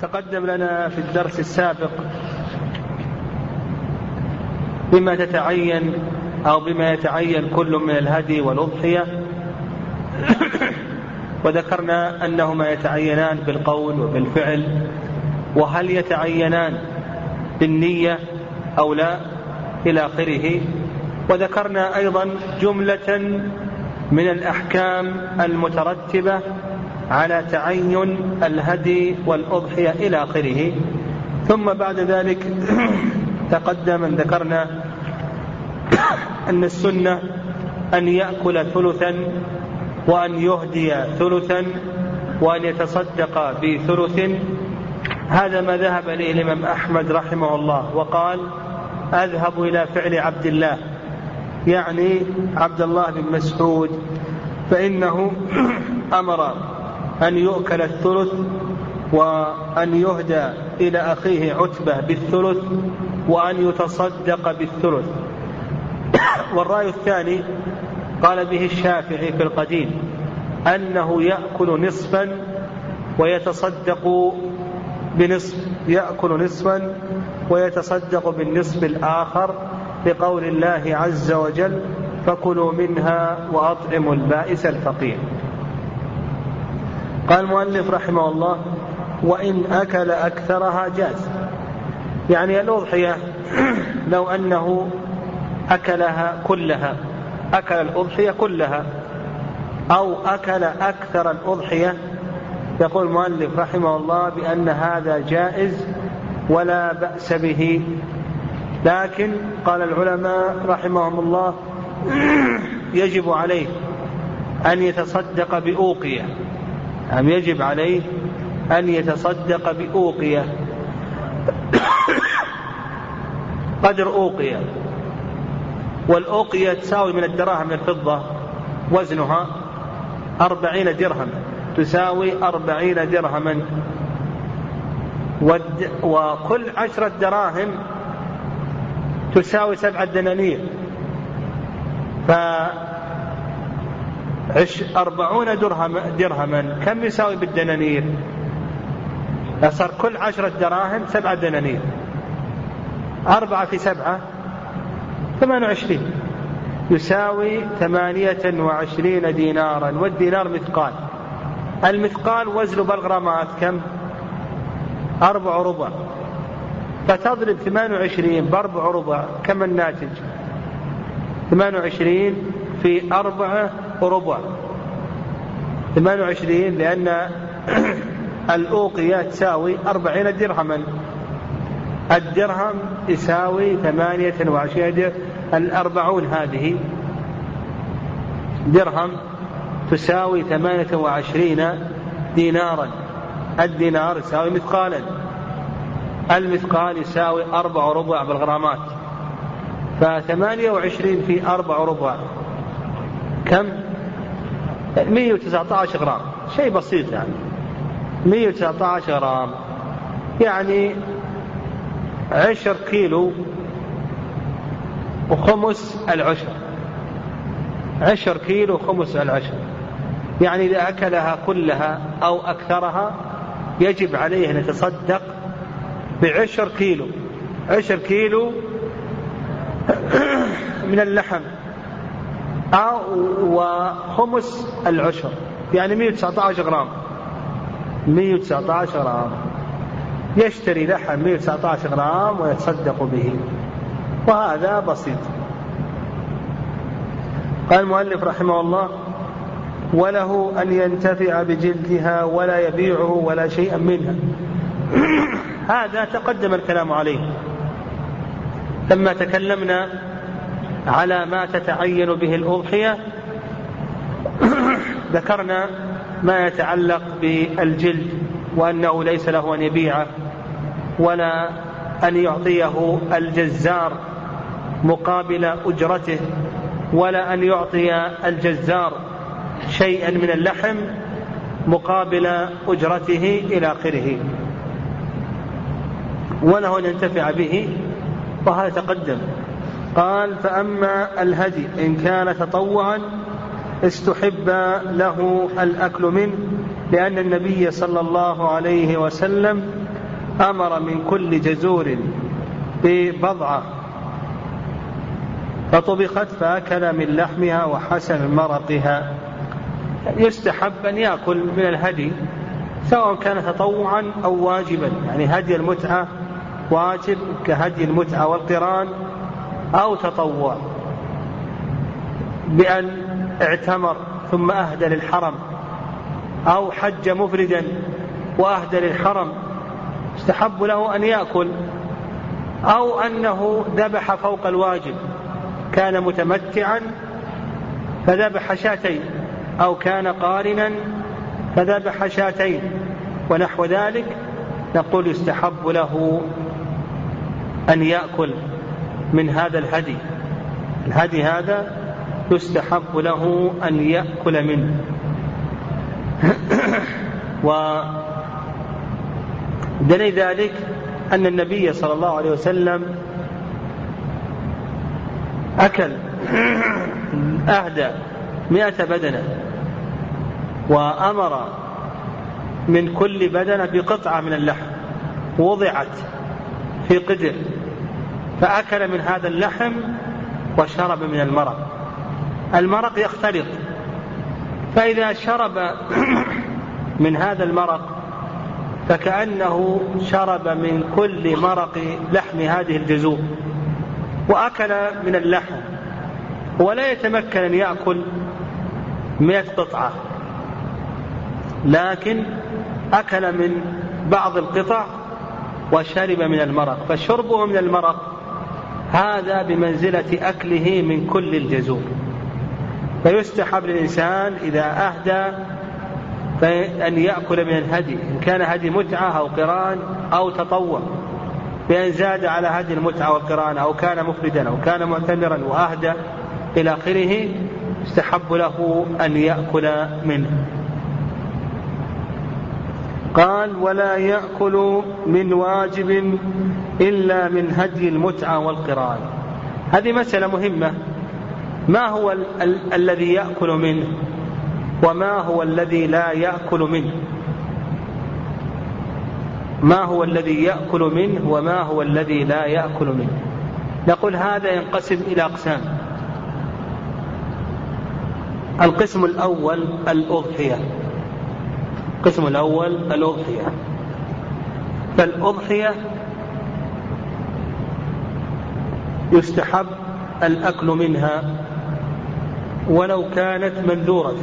تقدم لنا في الدرس السابق بما تتعين أو بما يتعين كل من الهدي والأضحية، وذكرنا أنهما يتعينان بالقول وبالفعل، وهل يتعينان بالنية أو لا إلى آخره. وذكرنا أيضا جملة من الأحكام المترتبة على تعين الهدي والأضحية إلى آخره. ثم بعد ذلك تقدم أن ذكرنا أن السنة أن يأكل ثلثا، وأن يهدي ثلثا، وأن يتصدق بثلث. هذا ما ذهب إليه الإمام أحمد رحمه الله، وقال أذهب إلى فعل عبد الله، يعني عبد الله بن مسعود، فإنه أمر أن يؤكل الثلث، وأن يهدى إلى أخيه عتبة بالثلث، وأن يتصدق بالثلث. والرأي الثاني قال به الشافعي في القديم أنه يأكل نصفا ويتصدق بنصف، يأكل نصفا ويتصدق بالنصف الآخر، بقول الله عز وجل فكلوا منها وأطعموا البائس الفقير. قال المؤلف رحمه الله وإن أكل أكثرها جاز، يعني الأضحية لو أنه أكلها كلها، أكل الأضحية كلها أو أكل أكثر الأضحية، يقول المؤلف رحمه الله بأن هذا جائز ولا بأس به. لكن قال العلماء رحمهم الله يجب عليه أن يتصدق بأوقية، يجب عليه أن يتصدق بأوقية قدر أوقية، والأوقية تساوي من الدراهم الفضة، وزنها 40 درهم، تساوي 40 درهما، وكل 10 دراهم تساوي 7 دنانير، 40 درهما كم يساوي بالدنانير؟ صار كل 10 دراهم 7 دنانير، 4 في 7 28، يساوي 28 دينارا، والدينار مثقال، المثقال وزنه بالغرامات كم؟ 4 ربع، فتضرب 28 ب4 ربع، كم الناتج؟ 28 في 4 ربع، 28، لأن الأوقية تساوي 40 درهما، الدرهم يساوي 28 40 هذه درهم تساوي 28 دينارا، الدينار يساوي مثقالا، المثقال يساوي 4 ربع بالغرامات، ف28 في 4 ربع كم؟ 119 غرام، شيء بسيط، يعني 119 غرام، يعني 10 كيلو وخمس العشر، 10 كيلو وخمس العشر، يعني إذا أكلها كلها أو أكثرها يجب عليه أن يتصدق ب10 كيلو، 10 كيلو من اللحم، أو وخمس العشر، يعني 119 غرام، 119 غرام، يشتري لحم 119 غرام ويتصدق به، وهذا بسيط. قال المؤلف رحمه الله وله أن ينتفع بجلدها ولا يبيعه ولا شيئا منها. هذا تقدم الكلام عليه لما تكلمنا على ما تتعين به الأضحية، ذكرنا ما يتعلق بالجلد، وأنه ليس له أن يبيعه ولا أن يعطيه الجزار مقابل أجرته، ولا أن يعطي الجزار شيئا من اللحم مقابل أجرته إلى آخره، وله أن ينتفع به، وهذا تقدم. قال فأما الهدي إن كان تطوعا استحب له الأكل منه، لأن النبي صلى الله عليه وسلم أمر من كل جزور ببضعة فطبخت فأكل من لحمها وحسن مرقها. يستحب أن يأكل من الهدي سواء كان تطوعا أو واجبا، يعني هدي المتعة واجب كهدي المتعة والقران، أو تطوع بأن اعتمر ثم أهدى للحرم، أو حج مفردا وأهدى للحرم استحب له أن يأكل، أو أنه ذبح فوق الواجب، كان متمتعا فذبح شاتين، أو كان قارنا فذبح شاتين ونحو ذلك، نقول يستحب له أن يأكل من هذا الهدي. الهدي هذا يستحب له أن يأكل منه. ودليل ذلك أن النبي صلى الله عليه وسلم أهدى 100 بدنة، وأمر من كل بدنة بقطعة من اللحم وضعت في قدر، فأكل من هذا اللحم وشرب من المرق. المرق يختلط، فإذا شرب من هذا المرق فكأنه شرب من كل مرق لحم هذه الجزور، وأكل من اللحم، ولا يتمكن أن يأكل 100 قطعة، لكن أكل من بعض القطع وشرب من المرق، فشربه من المرق هذا بمنزلة أكله من كل الجزور. فيستحب للإنسان إذا أهدى أن يأكل من الهدي، إن كان هدي متعة أو قران أو تطوع، بأن زاد على هدي المتعة والقران، أو كان مفردا أو كان معتمرا وأهدى إلى آخره، استحب له أن يأكل منه. قال: ولا يأكل من واجب إلا من هدي المتعة والقران. هذه مسألة مهمة، ما هو الذي يأكل منه وما هو الذي لا يأكل منه؟ ما هو الذي يأكل منه وما هو الذي لا يأكل منه؟ نقول هذا ينقسم إلى أقسام. القسم الأول الأضحية. القسم الأول الأضحية. فالأضحية يستحب الأكل منها ولو كانت منذورة،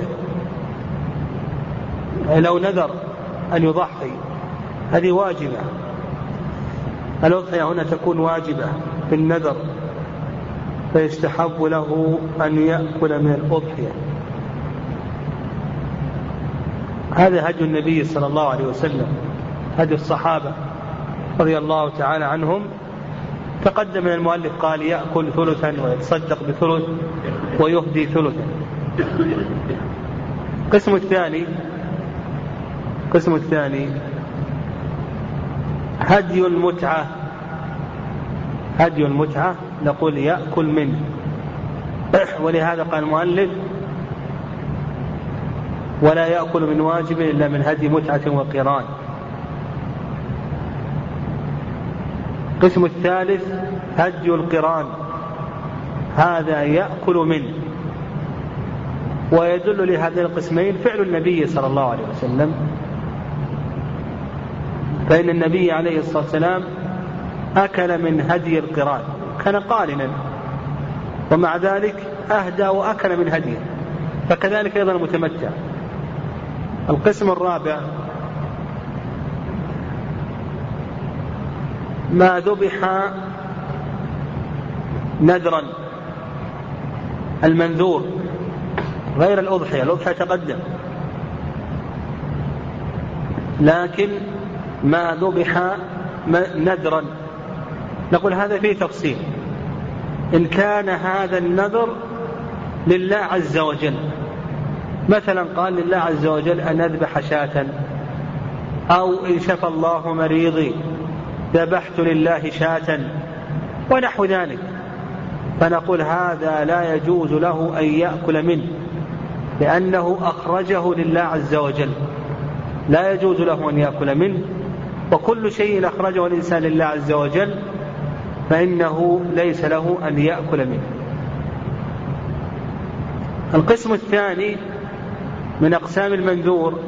لو نذر أن يضحي هذه واجبة. الأضحية هنا تكون واجبة بالنذر، فيستحب له أن يأكل من الأضحية. هذا هدي النبي صلى الله عليه وسلم، هدي الصحابة رضي الله تعالى عنهم. تقدم من المؤلف قال: يأكل ثلثا ويتصدق بثلث ويهدي ثلثا. القسم الثاني هدي المتعة. هدي المتعة نقول يأكل منه، ولهذا قال المؤلف: ولا يأكل من واجب إلا من هدي متعة وقران. القسم الثالث هدي القران، هذا يأكل منه. ويدل لهذين القسمين فعل النبي صلى الله عليه وسلم، فإن النبي عليه الصلاة والسلام أكل من هدي القران، كان قارنا ومع ذلك أهدى وأكل من هديه، فكذلك أيضا المتمتع. القسم الرابع ما ذبح نذرا، المنذور غير الأضحية. الأضحية تقدم، لكن ما ذبح نذرا نقول هذا فيه تفصيل. إن كان هذا النذر لله عز وجل، مثلا قال لله عز وجل أن أذبح شاة، أو إن شفى الله مريضي ذبحت لله شاة ونحو ذلك، فنقول هذا لا يجوز له أن يأكل منه، لأنه أخرجه لله عز وجل، لا يجوز له أن يأكل منه. وكل شيء أخرجه الإنسان لله عز وجل فإنه ليس له أن يأكل منه. القسم الثاني من أقسام المنذور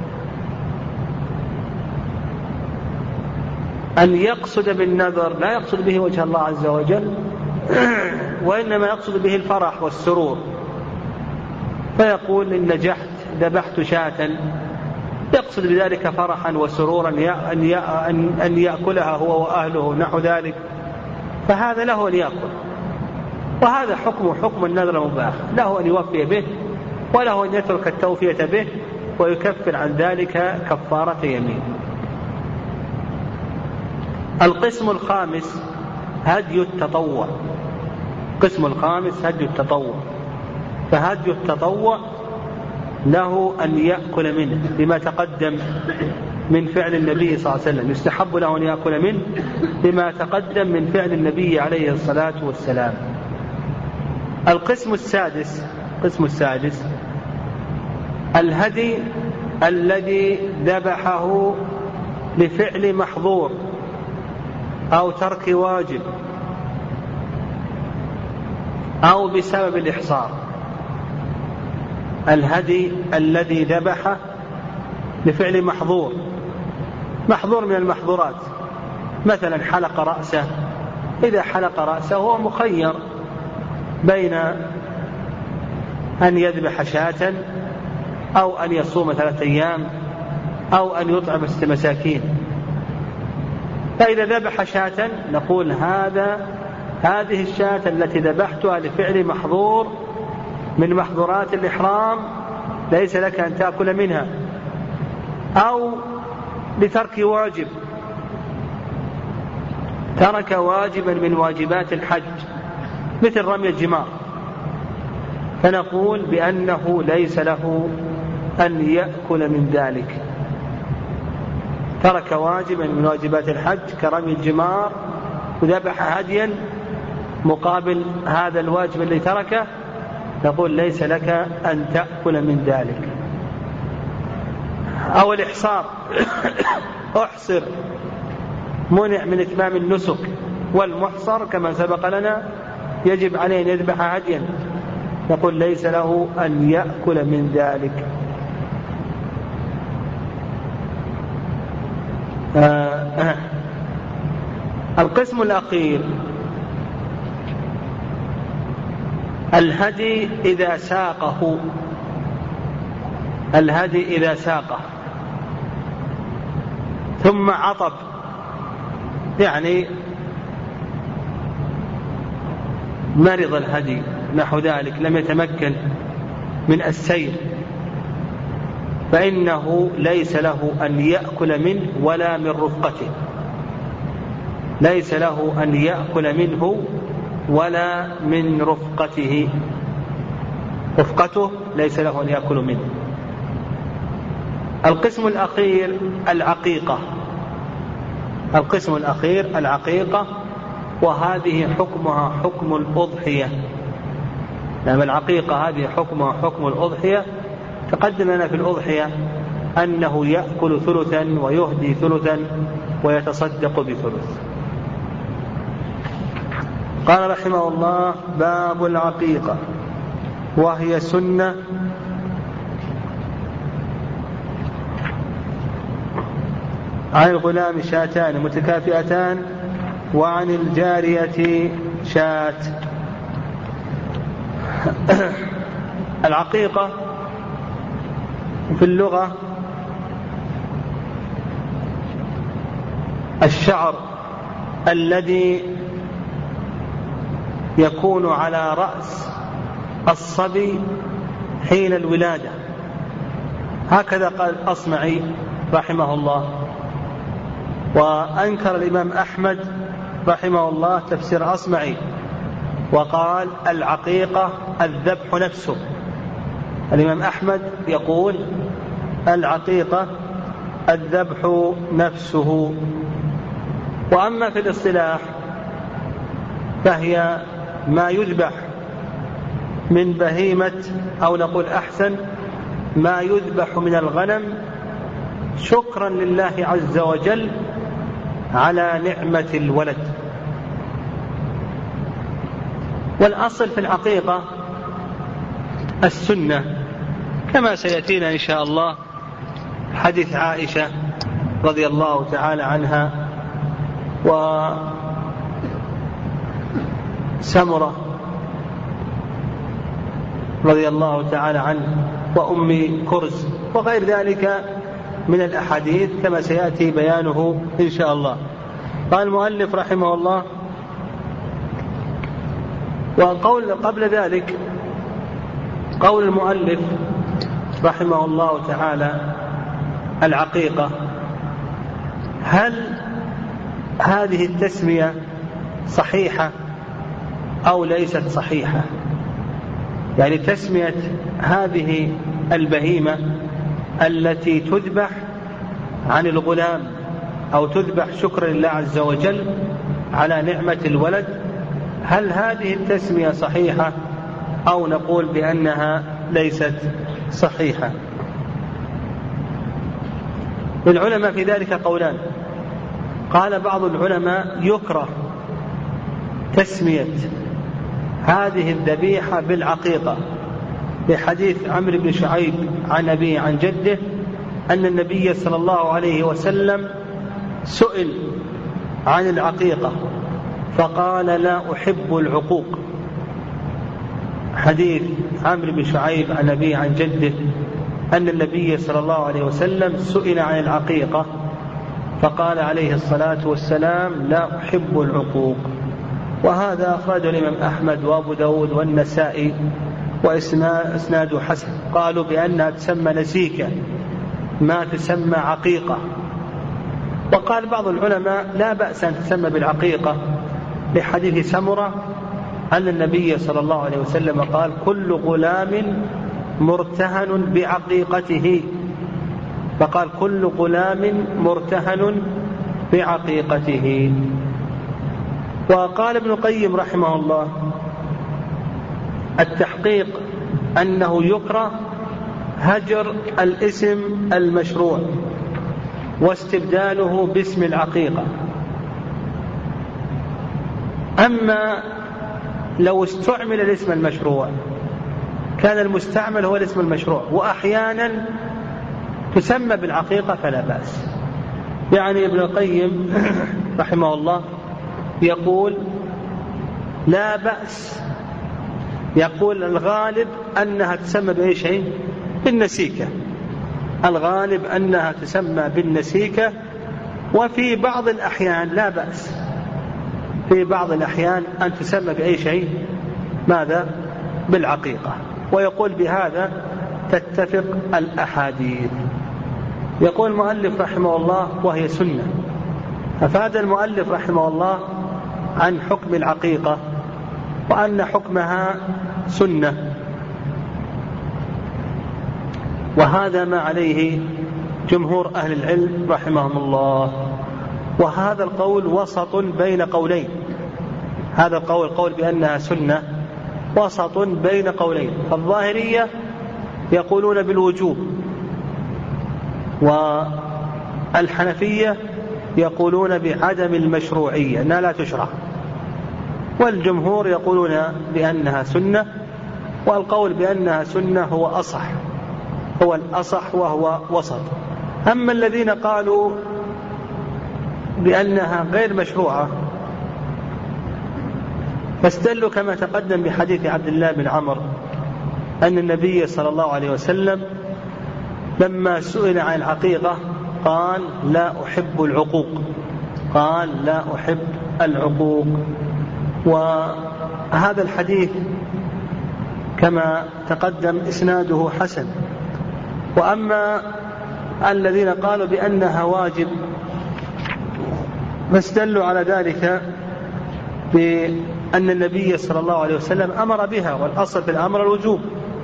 أن يقصد بالنذر لا يقصد به وجه الله عز وجل، وإنما يقصد به الفرح والسرور، فيقول إن نجحت ذبحت شاة، يقصد بذلك فرحا وسرورا أن يأكلها هو وأهله نحو ذلك، فهذا له أن يأكل، وهذا حكم النذر المباح، له أن يوفي به وله أن يترك التوفية به ويكفر عن ذلك كفارة يمين. القسم الخامس هدي التطوع. القسم الخامس هدي التطوع، فهدي التطوع له أن يأكل منه بما تقدم من فعل النبي صلى الله عليه وسلم، يستحب له أن يأكل منه بما تقدم من فعل النبي عليه الصلاة والسلام. القسم السادس الهدي الذي ذبحه لفعل محظور أو ترك واجب أو بسبب الإحصار. الهدي الذي ذبح لفعل محظور من المحظورات، مثلا حلق رأسه، إذا حلق رأسه هو مخير بين أن يذبح شاة أو أن يصوم 3 أيام أو أن يطعم 6 مساكين. فإذا ذبح شاة نقول هذه الشاة التي ذبحتها لفعل محظور من محظورات الإحرام ليس لك أن تأكل منها، أو لترك واجب، ترك واجبا من واجبات الحج مثل رمي الجمار، فنقول بأنه ليس له أن يأكل من ذلك. ترك واجبا من واجبات الحج كرمي الجمار وذبح هديا مقابل هذا الواجب الذي تركه، نقول ليس لك أن تأكل من ذلك. أو الإحصار، أحصر، منع من إتمام النسك، والمحصر كما سبق لنا يجب عليه أن يذبح هديا، نقول ليس له أن يأكل من ذلك. القسم الأخير الهدي إذا ساقه. الهدي إذا ساقه ثم عطب، يعني مرض الهدي نحو ذلك، لم يتمكن من السير، فإنه ليس له أن يأكل منه ولا من رفقته، ليس له أن يأكل منه ولا من رفقته، رفقته ليس له أن يأكل منه. القسم الأخير العقيقة. القسم الأخير العقيقة، وهذه حكمها حكم الأضحية. نعم، العقيقة هذه حكمها حكم الأضحية. تقدم لنا في الأضحية أنه يأكل ثلثا ويهدي ثلثا ويتصدق بثلث. قال رحمه الله: باب العقيقة، وهي سنة عن الغلام شاتان متكافئتان وعن الجارية شاة. العقيقة في اللغة الشعر الذي يكون على رأس الصبي حين الولادة، هكذا قال الأصمعي رحمه الله. وأنكر الإمام أحمد رحمه الله تفسير أصمعي وقال العقيقة الذبح نفسه. الإمام أحمد يقول العقيقة الذبح نفسه. وأما في الاصطلاح فهي ما يذبح من بهيمة، أو نقول أحسن ما يذبح من الغنم شكرا لله عز وجل على نعمة الولد. والأصل في العقيقة السنة، كما سيأتينا إن شاء الله حديث عائشة رضي الله تعالى عنها وسمرة رضي الله تعالى عنه وأم كرز وغير ذلك من الأحاديث كما سيأتي بيانه إن شاء الله. قال المؤلف رحمه الله: وقول قبل ذلك قول المؤلف رحمه الله تعالى: العقيقة، هل هذه التسمية صحيحة أو ليست صحيحة؟ يعني تسمية هذه البهيمة التي تذبح عن الغلام أو تذبح شكرا لله عز وجل على نعمة الولد، هل هذه التسمية صحيحة أو نقول بأنها ليست صحيحة؟ للعلماء في ذلك قولان. قال بعض العلماء: يكره تسمية هذه الذبيحة بالعقيقة، لحديث عمرو بن شعيب عن أبيه عن جده أن النبي صلى الله عليه وسلم سئل عن العقيقة فقال: لا أحب العقوق. حديث عمرو بن شعيب عن أبيه عن جده أن النبي صلى الله عليه وسلم سئل عن العقيقة فقال عليه الصلاة والسلام: لا أحب العقوق. وهذا أخرجه الإمام أحمد وأبو داود والنسائي وإسناد حسن. قالوا بأنها تسمى نسيكة ما تسمى عقيقة. وقال بعض العلماء: لا بأس أن تسمى بالعقيقة، لحديث سمرة أن النبي صلى الله عليه وسلم قال: كل غلام مرتهن بعقيقته، فقال: كل غلام مرتهن بعقيقته. وقال ابن القيم رحمه الله: التحقيق أنه يكره هجر الاسم المشروع واستبداله باسم العقيقة. أما لو استعمل الاسم المشروع كان المستعمل هو الاسم المشروع وأحيانا تسمى بالعقيقة فلا بأس. يعني ابن القيم رحمه الله يقول: لا بأس، يقول الغالب أنها تسمى بأي شيء؟ بالنسيكة. الغالب أنها تسمى بالنسيكة، وفي بعض الأحيان لا بأس، في بعض الأحيان أن تسمى بأي شيء؟ ماذا؟ بالعقيقة. ويقول بهذا تتفق الأحاديث. يقول المؤلف رحمه الله: وهي سنة. أفاد المؤلف رحمه الله عن حكم العقيقة وأن حكمها سنة، وهذا ما عليه جمهور أهل العلم رحمهم الله. وهذا القول وسط بين قولين، هذا القول قول بأنها سنة وسط بين قولين. الظاهرية يقولون بالوجوب، والحنفية يقولون بعدم المشروعية أنها لا تشرع، والجمهور يقولون بأنها سنة. والقول بأنها سنة هو أصح، هو الأصح وهو وسط. أما الذين قالوا بأنها غير مشروعة فاستدلوا كما تقدم بحديث عبد الله بن عمرو أن النبي صلى الله عليه وسلم لما سئل عن العقيقة قال: لا أحب العقوق، قال: لا أحب العقوق. وهذا الحديث كما تقدم إسناده حسن. وأما الذين قالوا بأنها واجب فاستدلوا على ذلك بأن النبي صلى الله عليه وسلم أمر بها، والأصل في الأمر الوجوب.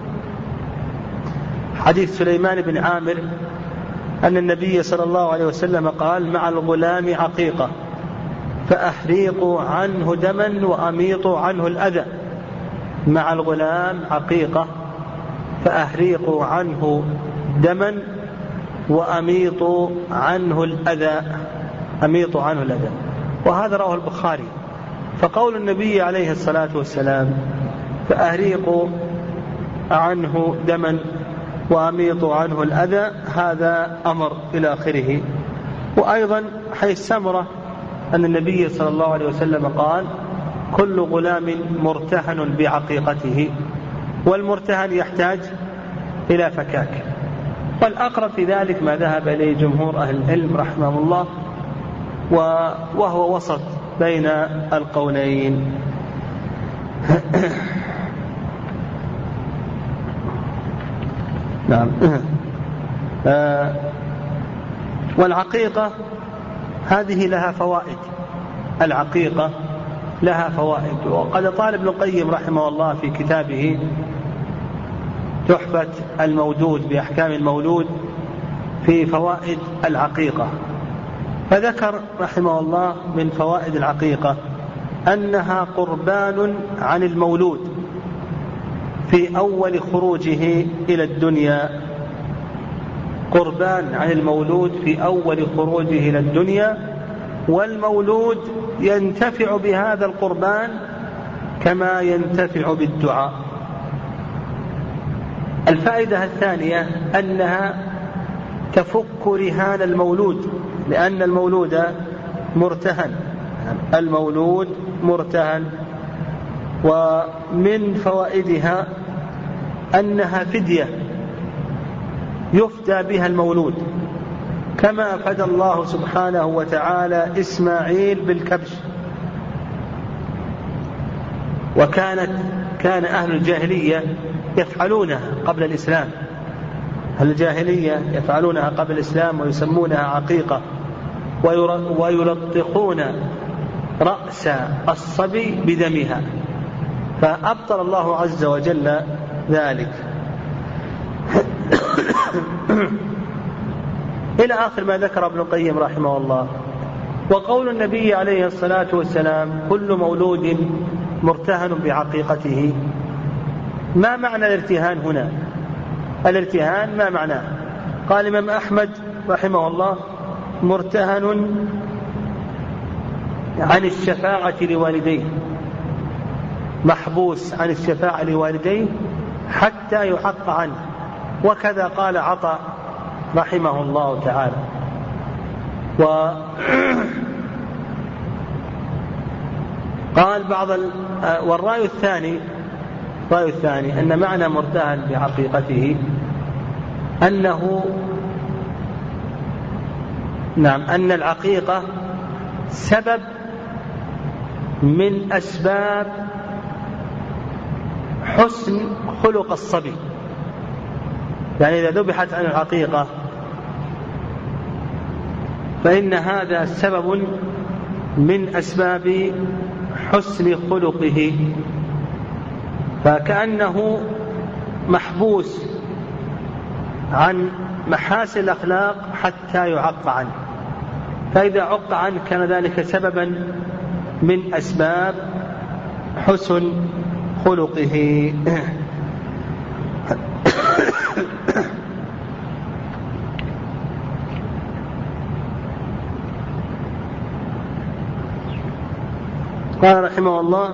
حديث سليمان بن عامر أن النبي صلى الله عليه وسلم قال: مع الغلام عقيقة فأحريقوا عنه دما وأميطوا عنه الأذى. مع الغلام عقيقة فأحريقوا عنه دما وأميطوا عنه الأذى. أميطوا عنه الأذى. وهذا رواه البخاري. فقول النبي عليه الصلاة والسلام فأهريقوا عنه دما وأميطوا عنه الأذى، هذا أمر إلى آخره. وأيضا حيث سمرة أن النبي صلى الله عليه وسلم قال كل غلام مرتهن بعقيقته، والمرتهن يحتاج إلى فكاك. والأقرب في ذلك ما ذهب إليه جمهور أهل العلم رحمه الله، وهو وسط بين القولين. نعم. والعقيقة هذه لها فوائد، العقيقة لها فوائد. وقد قال ابن القيم رحمه الله في كتابه تحفة المودود بأحكام المولود في فوائد العقيقة، فذكر رحمه الله من فوائد العقيقة أنها قربان عن المولود في أول خروجه إلى الدنيا، قربان عن المولود في أول خروجه إلى الدنيا، والمولود ينتفع بهذا القربان كما ينتفع بالدعاء. الفائدة الثانية أنها تفك رهان المولود، لأن المولود مرتهن، المولود مرتهن. ومن فوائدها أنها فدية يفدى بها المولود، كما فدى الله سبحانه وتعالى إسماعيل بالكبش. كان أهل الجاهلية يفعلونها قبل الإسلام، أهل الجاهلية يفعلونها قبل الإسلام ويسمونها عقيقة، ويلطخون رأس الصبي بدمها، فأبطل الله عز وجل ذلك. إلى آخر ما ذكر ابن القيم رحمه الله. وقول النبي عليه الصلاة والسلام كل مولود مرتهن بعقيقته، ما معنى الارتهان هنا؟ الارتهان ما معناه؟ قال الإمام أحمد رحمه الله مرتهن عن الشفاعة لوالديه، محبوس عن الشفاعة لوالديه حتى يحق عنه. وكذا قال عطاء رحمه الله تعالى. قال والرأي الثاني أن معنى مرتهن بعقيقته أنه أن العقيقة سبب من أسباب حسن خلق الصبي، يعني إذا ذبحت عن العقيقة فإن هذا سبب من أسباب حسن خلقه، فكأنه محبوس عن محاسن الأخلاق حتى يعق عنه، فإذا عق عنه كان ذلك سببا من أسباب حسن خلقه. قال رحمه الله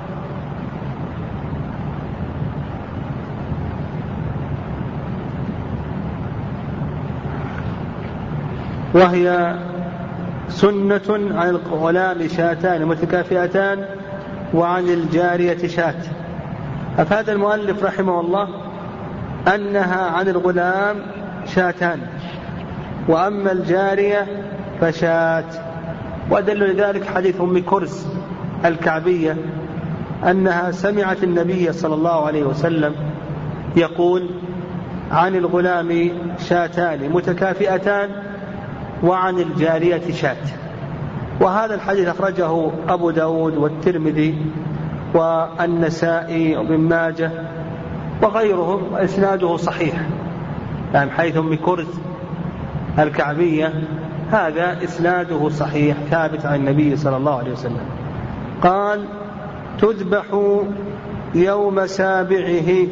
وهي سنة عن الغلام شاتان متكافئتان وعن الجارية شات. أفاد المؤلف رحمه الله أنها عن الغلام شاتان، وأما الجارية فشات. ودل لذلك حديث أم كرز الكعبية أنها سمعت النبي صلى الله عليه وسلم يقول عن الغلام شاتان متكافئتان وعن الجارية شات. وهذا الحديث أخرجه أبو داود والترمذي والنسائي وابن ماجه وغيرهم، وإسناده صحيح، يعني حيث أم كرز الكعبية هذا إسناده صحيح ثابت عن النبي صلى الله عليه وسلم. قال تذبح يوم سابعه،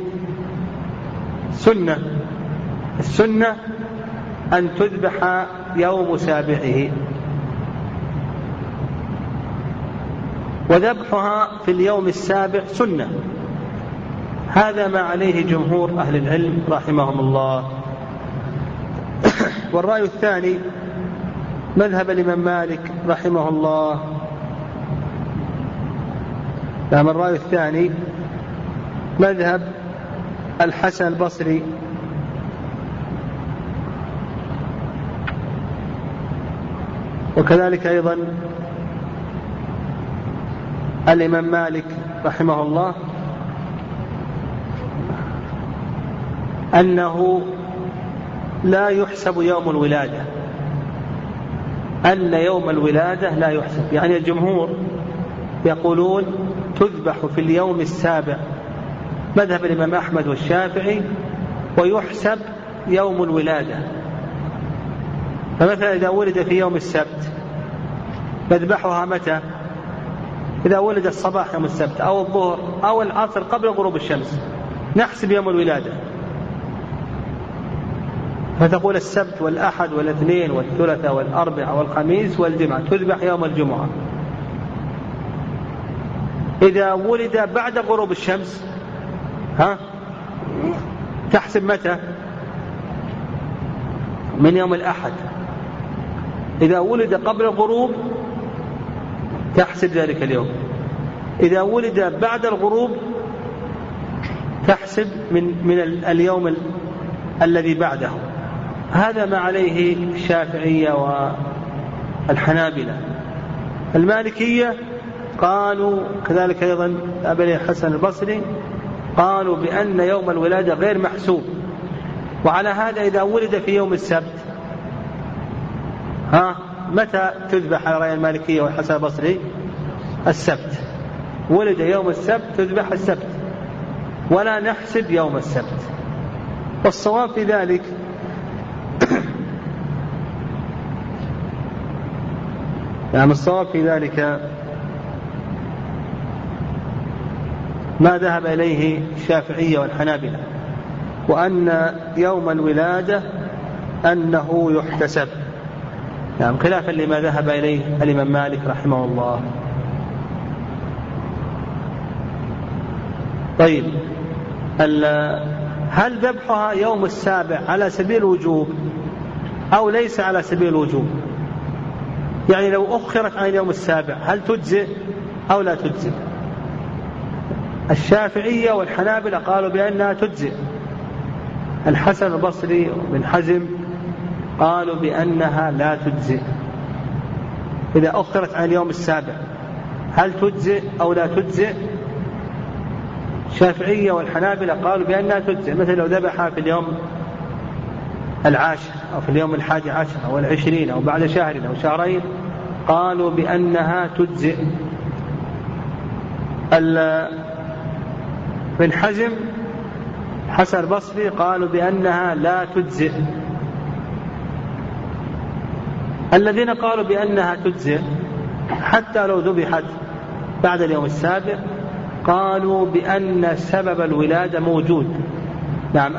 السنة أن تذبح يوم سابعه، وذبحها في اليوم السابع سنة. هذا ما عليه جمهور أهل العلم رحمهم الله. والرأي الثاني مذهب الإمام مالك رحمه الله. الرأي الثاني مذهب الحسن البصري وكذلك أيضا الإمام مالك رحمه الله أنه لا يحسب يوم الولادة، أن يوم الولادة لا يحسب. يعني الجمهور يقولون تذبح في اليوم السابع، مذهب الإمام أحمد والشافعي، ويحسب يوم الولادة. فمثلا إذا ولد في يوم السبت نذبحها متى؟ إذا ولد الصباح يوم السبت أو الظهر أو العصر قبل غروب الشمس نحسب يوم الولادة. فتقول السبت والأحد والاثنين والثلاثاء والأربعاء والخميس والجمعة تذبح يوم الجمعة. إذا ولد بعد غروب الشمس تحسب متى؟ من يوم الأحد. إذا ولد قبل الغروب تحسب ذلك اليوم. إذا ولد بعد الغروب تحسب من اليوم الذي بعده. هذا ما عليه الشافعية والحنابلة. المالكية قالوا كذلك أيضا أبي الحسن البصري قالوا بأن يوم الولادة غير محسوب. وعلى هذا إذا ولد في يوم السبت متى تذبح على رأي المالكية والحسن البصري؟ السبت. ولد يوم السبت تذبح السبت ولا نحسب يوم السبت. والصواب في ذلك يعني الصواب في ذلك ما ذهب إليه الشافعية والحنابلة، وأن يوم الولادة أنه يحتسب، يعني خلافا لما ذهب إليه الإمام مالك رحمه الله. طيب، هل ذبحها يوم السابع على سبيل الوجوب أو ليس على سبيل الوجوب؟ يعني لو أخرت عن يوم السابع هل تجزئ أو لا تجزئ؟ الشافعية والحنابلة قالوا بأنها تجزئ. الحسن البصري وابن حزم قالوا بأنها لا تجزئ. إذا أخرت عن اليوم السابع هل تجزئ أو لا تجزئ؟ الشافعية والحنابلة قالوا بأنها تجزئ. مثل لو ذبحها في اليوم العاشر أو في اليوم 11 أو 20 أو بعد شهر أو شهرين قالوا بأنها تجزئ. ابن حزم حسن البصري قالوا بأنها لا تجزئ. الذين قالوا بأنها تجزئ حتى لو ذبحت بعد اليوم السابع قالوا بأن سبب الولادة موجود. نعم،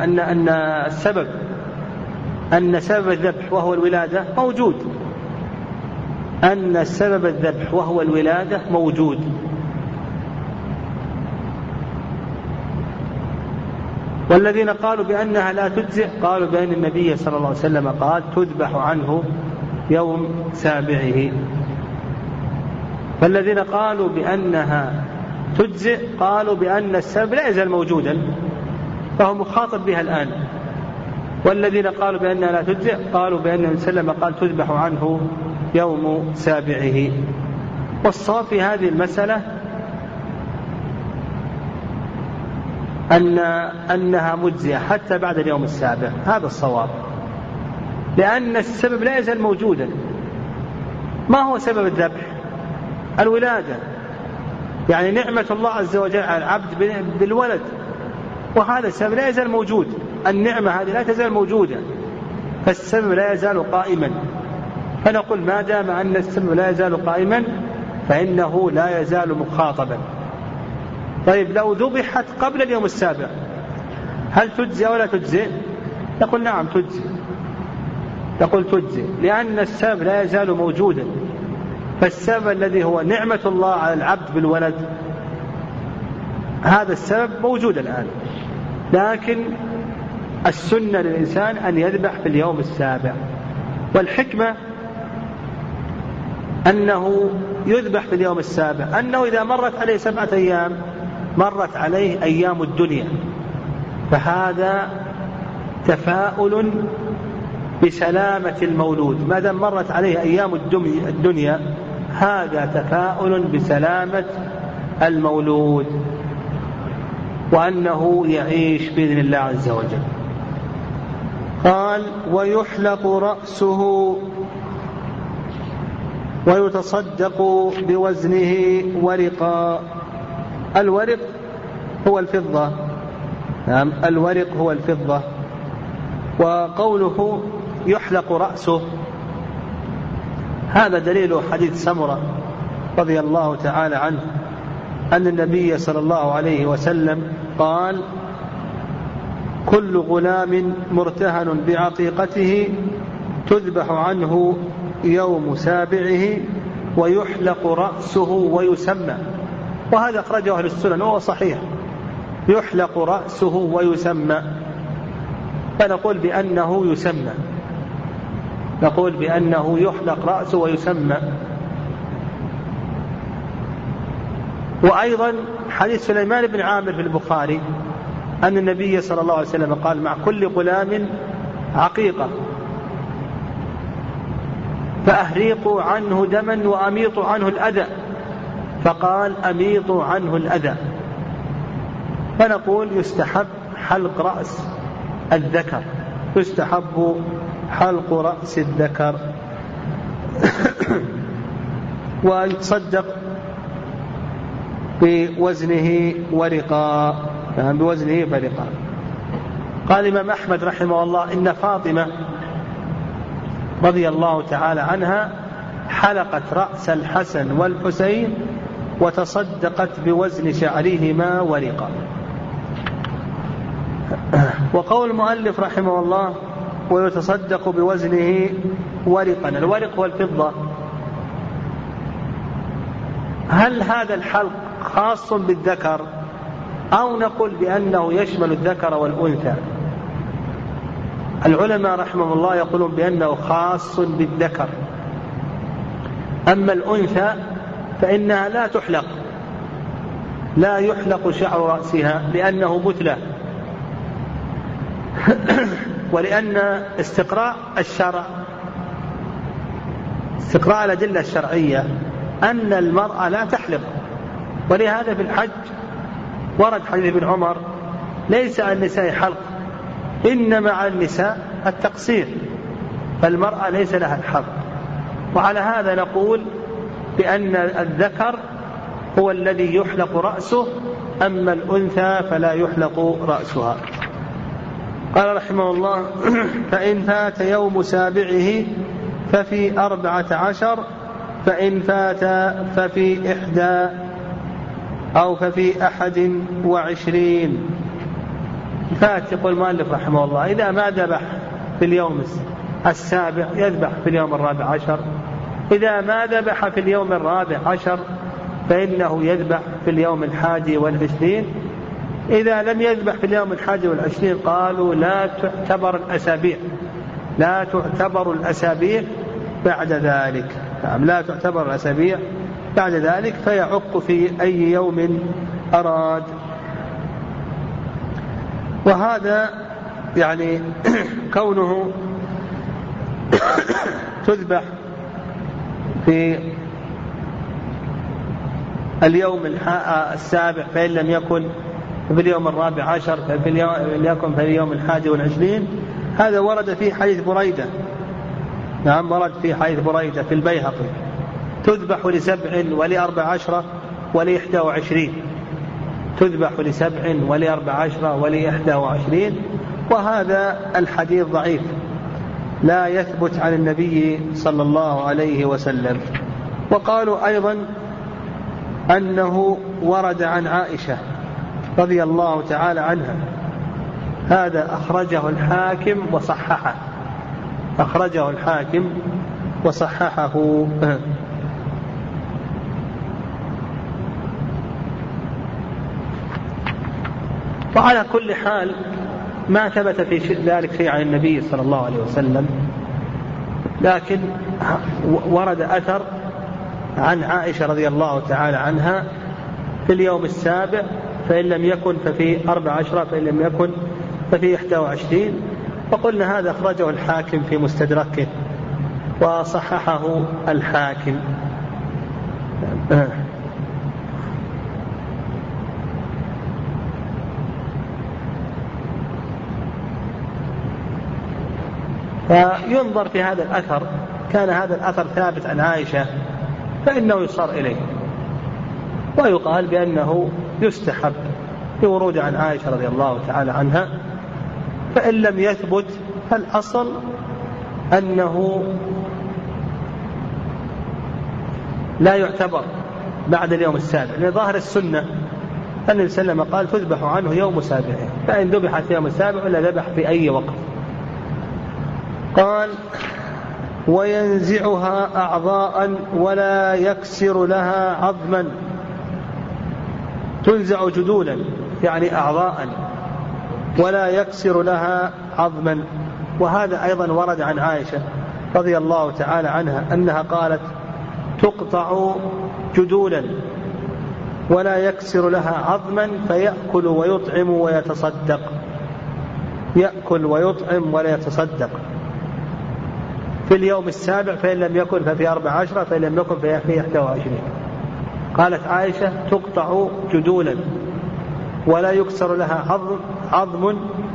أن سبب الذبح وهو الولادة موجود. أن سبب الذبح وهو الولادة موجود. والذين قالوا بأنها لا تجزئ قالوا بأن النبي صلى الله عليه وسلم قال تذبح عنه يوم سابعه. فالذين قالوا بأنها تجزئ قالوا بأن السبب لا يزال موجودا فهو مخاطب بها الآن. والذين قالوا بأنها لا تجزئ قالوا بأن النبي صلى الله عليه وسلم قال تذبح عنه يوم سابعه. والصواب في هذه المسألة أنها مجزئة حتى بعد اليوم السابع. هذا الصواب، لأن السبب لا يزال موجودا. ما هو سبب الذبح؟ الولادة، يعني نعمة الله عز وجل على العبد بالولد، وهذا السبب لا يزال موجود. النعمة هذه لا تزال موجودة، فالسبب لا يزال قائما. فنقول ما دام أن السبب لا يزال قائما فإنه لا يزال مخاطبا. طيب، لو ذبحت قبل اليوم السابع هل تجزئ أو لا تجزئ؟ نقول نعم تجزئ. نقول تجزئ لأن السبب لا يزال موجودا. فالسبب الذي هو نعمة الله على العبد بالولد هذا السبب موجود الآن، لكن السنة للإنسان أن يذبح في اليوم السابع. والحكمة أنه يذبح في اليوم السابع أنه إذا مرت عليه 7 أيام مرت عليه أيام الدنيا، فهذا تفاؤل بسلامة المولود. ما دام مرت عليه أيام الدنيا هذا تفاؤل بسلامة المولود وأنه يعيش بإذن الله عز وجل. قال: ويحلق رأسه ويتصدق بوزنه ورقا. الورق هو الفضة، نعم الورق هو الفضة. وقوله يحلق رأسه هذا دليل حديث سمرة رضي الله تعالى عنه أن النبي صلى الله عليه وسلم قال: كل غلام مرتهن بعقيقته تذبح عنه يوم سابعه ويحلق رأسه ويسمى. وهذا أخرجه أهل السنن وهو صحيح، يحلق رأسه ويسمى، فنقول بأنه يسمى، نقول بأنه يحلق رأسه ويسمى. وأيضا حديث سليمان بن عامر في البخاري أن النبي صلى الله عليه وسلم قال: مع كل غلام عقيقة فأهريقوا عنه دما وأميطوا عنه الأذى، فقال: أميطوا عنه الأذى. فنقول يستحب حلق رأس الذكر، يستحب حلق رأس الذكر ويتصدق بوزنه ورقا، يعني بوزنه فرقا. قال الإمام أحمد رحمه الله: إن فاطمة رضي الله تعالى عنها حلقت رأس الحسن والحسين وتصدقت بوزن شعرهما ورقا. وقول المؤلف رحمه الله: ويتصدق بوزنه ورقا، الورق هو الفضة. هل هذا الحلق خاص بالذكر أو نقول بأنه يشمل الذكر والأنثى؟ العلماء رحمه الله يقولون بأنه خاص بالذكر، أما الأنثى فإنها لا تحلق، لا يحلق شعر رأسها لأنه مثلى، ولأن استقراء الشرع، استقراء الأدلة الشرعية أن المرأة لا تحلق. ولهذا في الحج ورد حديث ابن عمر: ليس على النساء حلق إنما على النساء التقصير، فالمرأة ليس لها الحلق. وعلى هذا نقول بأن الذكر هو الذي يحلق رأسه، أما الأنثى فلا يحلق رأسها. قال رحمه الله: فإن فات يوم سابعه ففي 14، فإن فات ففي 1 أو ففي 21. فات يقول المؤلف رحمه الله: إذا ما ذبح في اليوم السابع يذبح في اليوم 14، إذا ما ذبح في اليوم 14 فإنه يذبح في اليوم 21. إذا لم يذبح في اليوم 21 قالوا لا تعتبر الأسابيع، لا تعتبر الأسابيع بعد ذلك، لا تعتبر الأسابيع بعد ذلك، فيعق في أي يوم أراد. وهذا يعني كونه تذبح في اليوم السابع فإن لم يكن في اليوم 14 فليكن في اليوم 21، هذا ورد في حديث بريدة، نعم ورد في حديث بريدة في البيهقي: تذبح ل7 ول14 ول21، تذبح ل7 ول14 ول21. وهذا الحديث ضعيف لا يثبت عن النبي صلى الله عليه وسلم. وقالوا أيضا أنه ورد عن عائشة رضي الله تعالى عنها، هذا أخرجه الحاكم وصححه، أخرجه الحاكم وصححه. على كل حال ما ثبت في ذلك شيء عن النبي صلى الله عليه وسلم، لكن ورد أثر عن عائشة رضي الله تعالى عنها في اليوم السابع، فإن لم يكن ففي 14، فإن لم يكن ففي 21. وقلنا هذا أخرجه الحاكم في مستدركه وصححه الحاكم. فينظر في هذا الأثر، كان هذا الأثر ثابت عن عائشة فإنه يصار إليه، ويقال بأنه يستحب بورود عن عائشة رضي الله تعالى عنها. فإن لم يثبت فالأصل أنه لا يعتبر بعد اليوم السابع، لأن ظاهر السنة أن النبي صلى الله عليه وسلم قال تذبح عنه يوم سابعه، فإن ذبح في يوم السابع ولا ذبح في أي وقت. قال وينزعها أعضاء ولا يكسر لها عظما، تنزع جدولا يعني أعضاء ولا يكسر لها عظما. وهذا أيضا ورد عن عائشة رضي الله تعالى عنها أنها قالت تقطع جدولا ولا يكسر لها عظما فيأكل ويطعم ويتصدق، يأكل ويطعم ولا يتصدق في اليوم السابع، فإن لم يكن ففي 14، فإن لم يكن ففي 21. قالت عائشة تقطع جدولا ولا يكسر لها عظم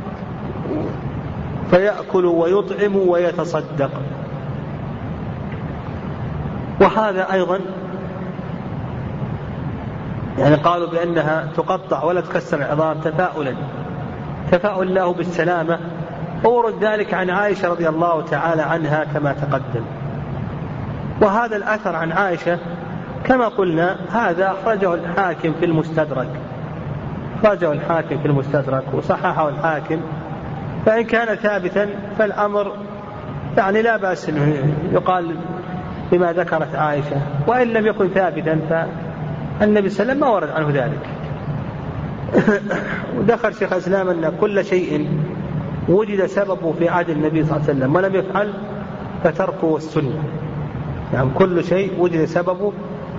فيأكل ويطعم ويتصدق. وهذا أيضا يعني قالوا بأنها تقطع ولا تكسر العظام تفاؤل له بالسلامة، أورد ذلك عن عائشة رضي الله تعالى عنها كما تقدم. وهذا الأثر عن عائشة كما قلنا هذا أخرجه الحاكم في المستدرك، وصححه الحاكم. فإن كان ثابتا فالأمر يعني لا بأس أنه يقال بما ذكرت عائشة، وإن لم يكن ثابتا فالنبي صلى الله عليه وسلم ما ورد عنه ذلك. ودخل شيخ الإسلام أن كل شيء وجد سببه في عهد النبي صلى الله عليه وسلم ولم يفعل فتركه السنة، يعني كل شيء وجد سببه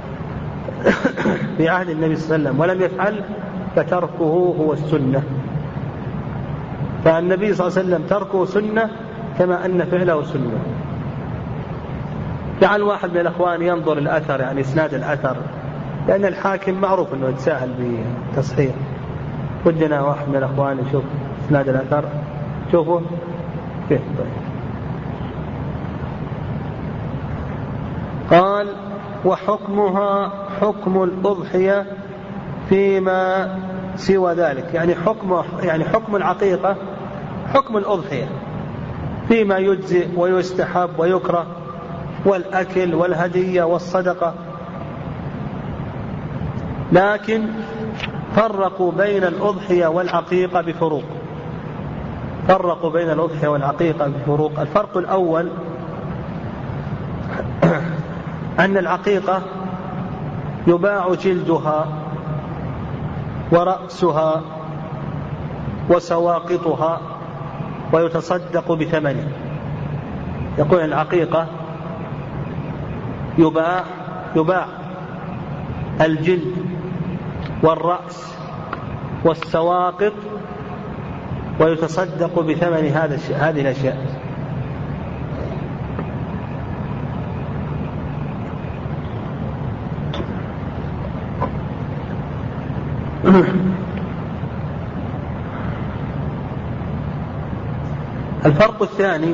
في عهد النبي صلى الله عليه وسلم ولم يفعل فتركه هو السنة. فالنبي صلى الله عليه وسلم تركه سنة كما أن فعله سنة. جعل واحد من الأخوان ينظر الأثر يعني إسناد الأثر، لأن الحاكم معروف أنه يتساهل بتصحيح. ودنا واحد من الأخوان يشوف إسناد الأثر، شوفوا كيف. قال وحكمها حكم الأضحية فيما سوى ذلك، يعني حكم العقيقة حكم الأضحية فيما يجزئ ويستحب ويكره، والأكل والهدية والصدقة. لكن فرقوا بين الأضحية والعقيقة بفروق. الفرق الأول أن العقيقة يباع جلدها ورأسها وسواقطها ويتصدق بثمنه. يقول العقيقة يباع الجلد والرأس والسواقط ويتصدق بثمن هذه الأشياء. الفرق الثاني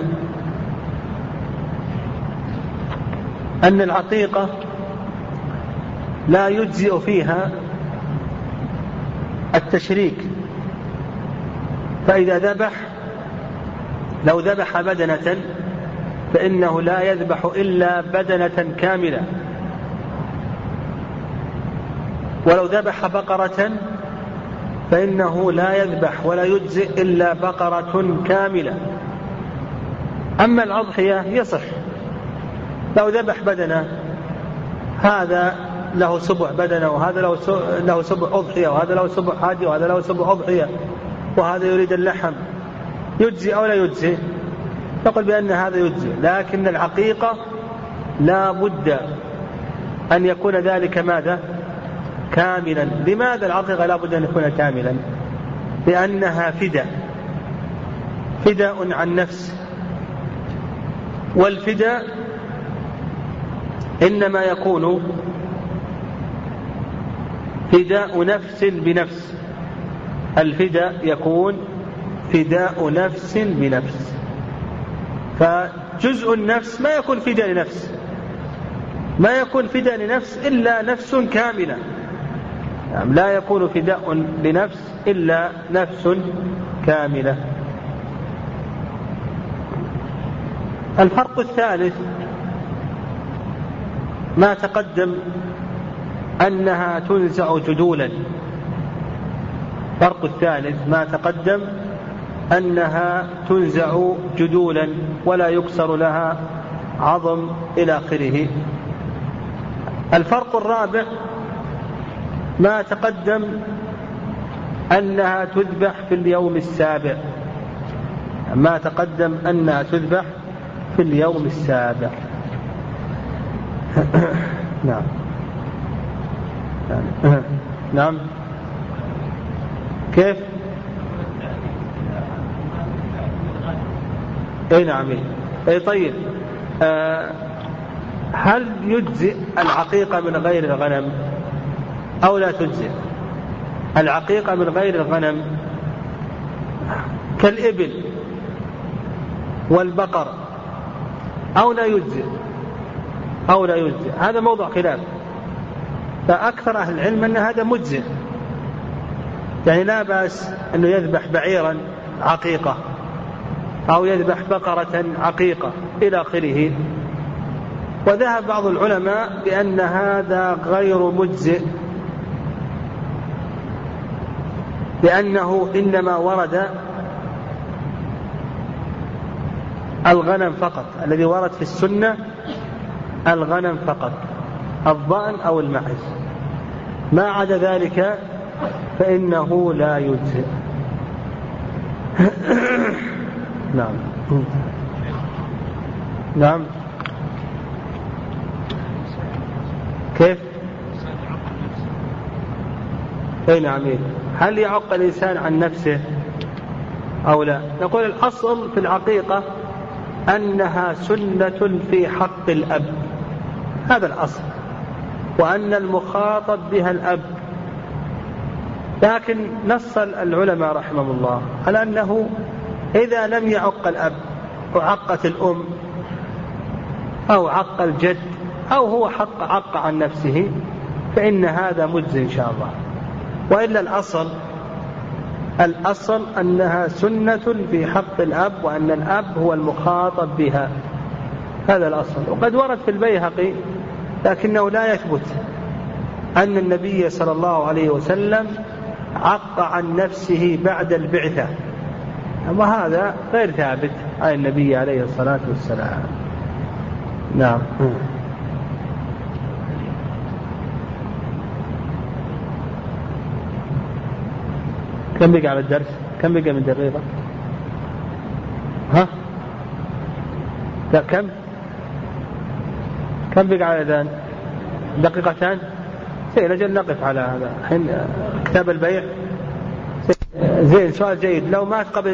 أن العقيقة لا يجزئ فيها التشريك، فإذا لو ذبح بدنة فإنه لا يذبح إلا بدنة كاملة، ولو ذبح بقرة فإنه لا يذبح ولا يجزئ إلا بقرة كاملة. أما الأضحية يصح، لو ذبح بدنة هذا له سبع بدنة، وهذا له سبع أضحية، وهذا له سبع هادي، وهذا له سبع أضحية، وهذا يريد اللحم، يجزي أو لا يجزي؟ نقول بأن هذا يجزي، لكن العقيقة لا بد أن يكون ذلك ماذا؟ كاملا. لماذا العقيقة لا بد أن يكون كاملا؟ لأنها فداء عن نفس، والفداء إنما يكون فداء نفس بنفس. الفداء يكون فداء نفس بنفس، فجزء النفس ما يكون فداء لنفس، ما يكون فداء لنفس إلا نفس كاملة. لا يكون فداء لنفس إلا نفس كاملة. الفرق الثالث ما تقدم أنها تنزع جدولا. الفرق الثالث ما تقدم أنها تنزع جدولا ولا يكسر لها عظم إلى آخره. الفرق الرابع ما تقدم أنها تذبح في اليوم السابع. ما تقدم أنها تذبح في اليوم السابع. نعم نعم. كيف؟ اي نعم. اي طيب. هل يجزئ العقيقة من غير الغنم أو لا تجزئ؟ العقيقة من غير الغنم كالإبل والبقر أو لا يجزئ أو لا يجزئ، هذا موضوع خلاف. فأكثر أهل العلم أن هذا مجزئ، يعني لا بأس أنه يذبح بعيرا عقيقة أو يذبح بقرة عقيقة إلى آخره. وذهب بعض العلماء بأن هذا غير مجزئ، لأنه إنما ورد الغنم فقط، الذي ورد في السنة الغنم فقط، الضأن أو المعز، ما عدا ذلك فإنه لا يجزئ. نعم نعم. كيف؟ اي نعم. هل يعق الإنسان عن نفسه أو لا؟ نقول الأصل في العقيقة أنها سنة في حق الأب، هذا الأصل، وأن المخاطب بها الأب. لكن نص العلماء رحمهم الله على أنه إذا لم يعق الأب وعقت الأم أو عق الجد أو هو عق عن نفسه فإن هذا مجزي إن شاء الله. وإلا الأصل أنها سنة في حق الأب، وأن الأب هو المخاطب بها، هذا الأصل. وقد ورد في البيهقي لكنه لا يثبت أن النبي صلى الله عليه وسلم عق عن نفسه بعد البعثة، وهذا غير ثابت عن النبي عليه الصلاة والسلام. نعم. كم بقى على الدرس؟ كم بقى من دقيقة؟ ها؟ لا كم بقى على الأذان؟ دقيقتان؟ لجل نقف على هذا حين كتاب البيع. زين، سؤال جيد. لو مات قبل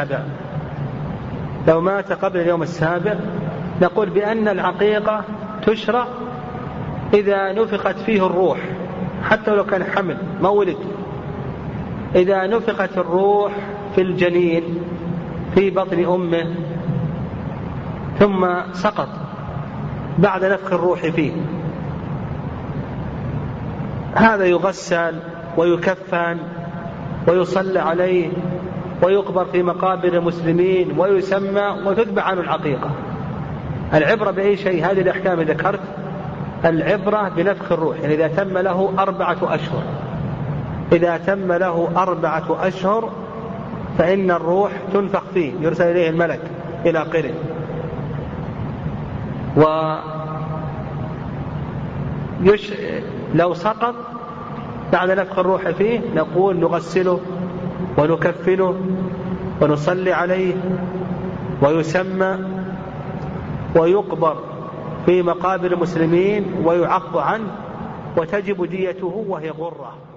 اليوم السابع نقول بأن العقيقة تشرع إذا نفخت فيه الروح، حتى لو كان حمل ما ولد. إذا نفخت الروح في الجنين في بطن أمه ثم سقط بعد نفخ الروح فيه، هذا يغسل ويكفن ويصلى عليه ويقبر في مقابر المسلمين ويسمى وتتبع عنه العقيقة. العبرة بأي شيء؟ هذه الأحكام ذكرت، العبرة بنفخ الروح. يعني إذا تم له 4 أشهر، إذا تم له 4 أشهر فإن الروح تنفخ فيه، يرسل إليه الملك إلى آخره. لو سقط بعد نفخ الروح فيه نقول نغسله ونكفنه ونصلي عليه ويسمى ويقبر في مقابر المسلمين ويعق عنه وتجب ديته وهي غرة.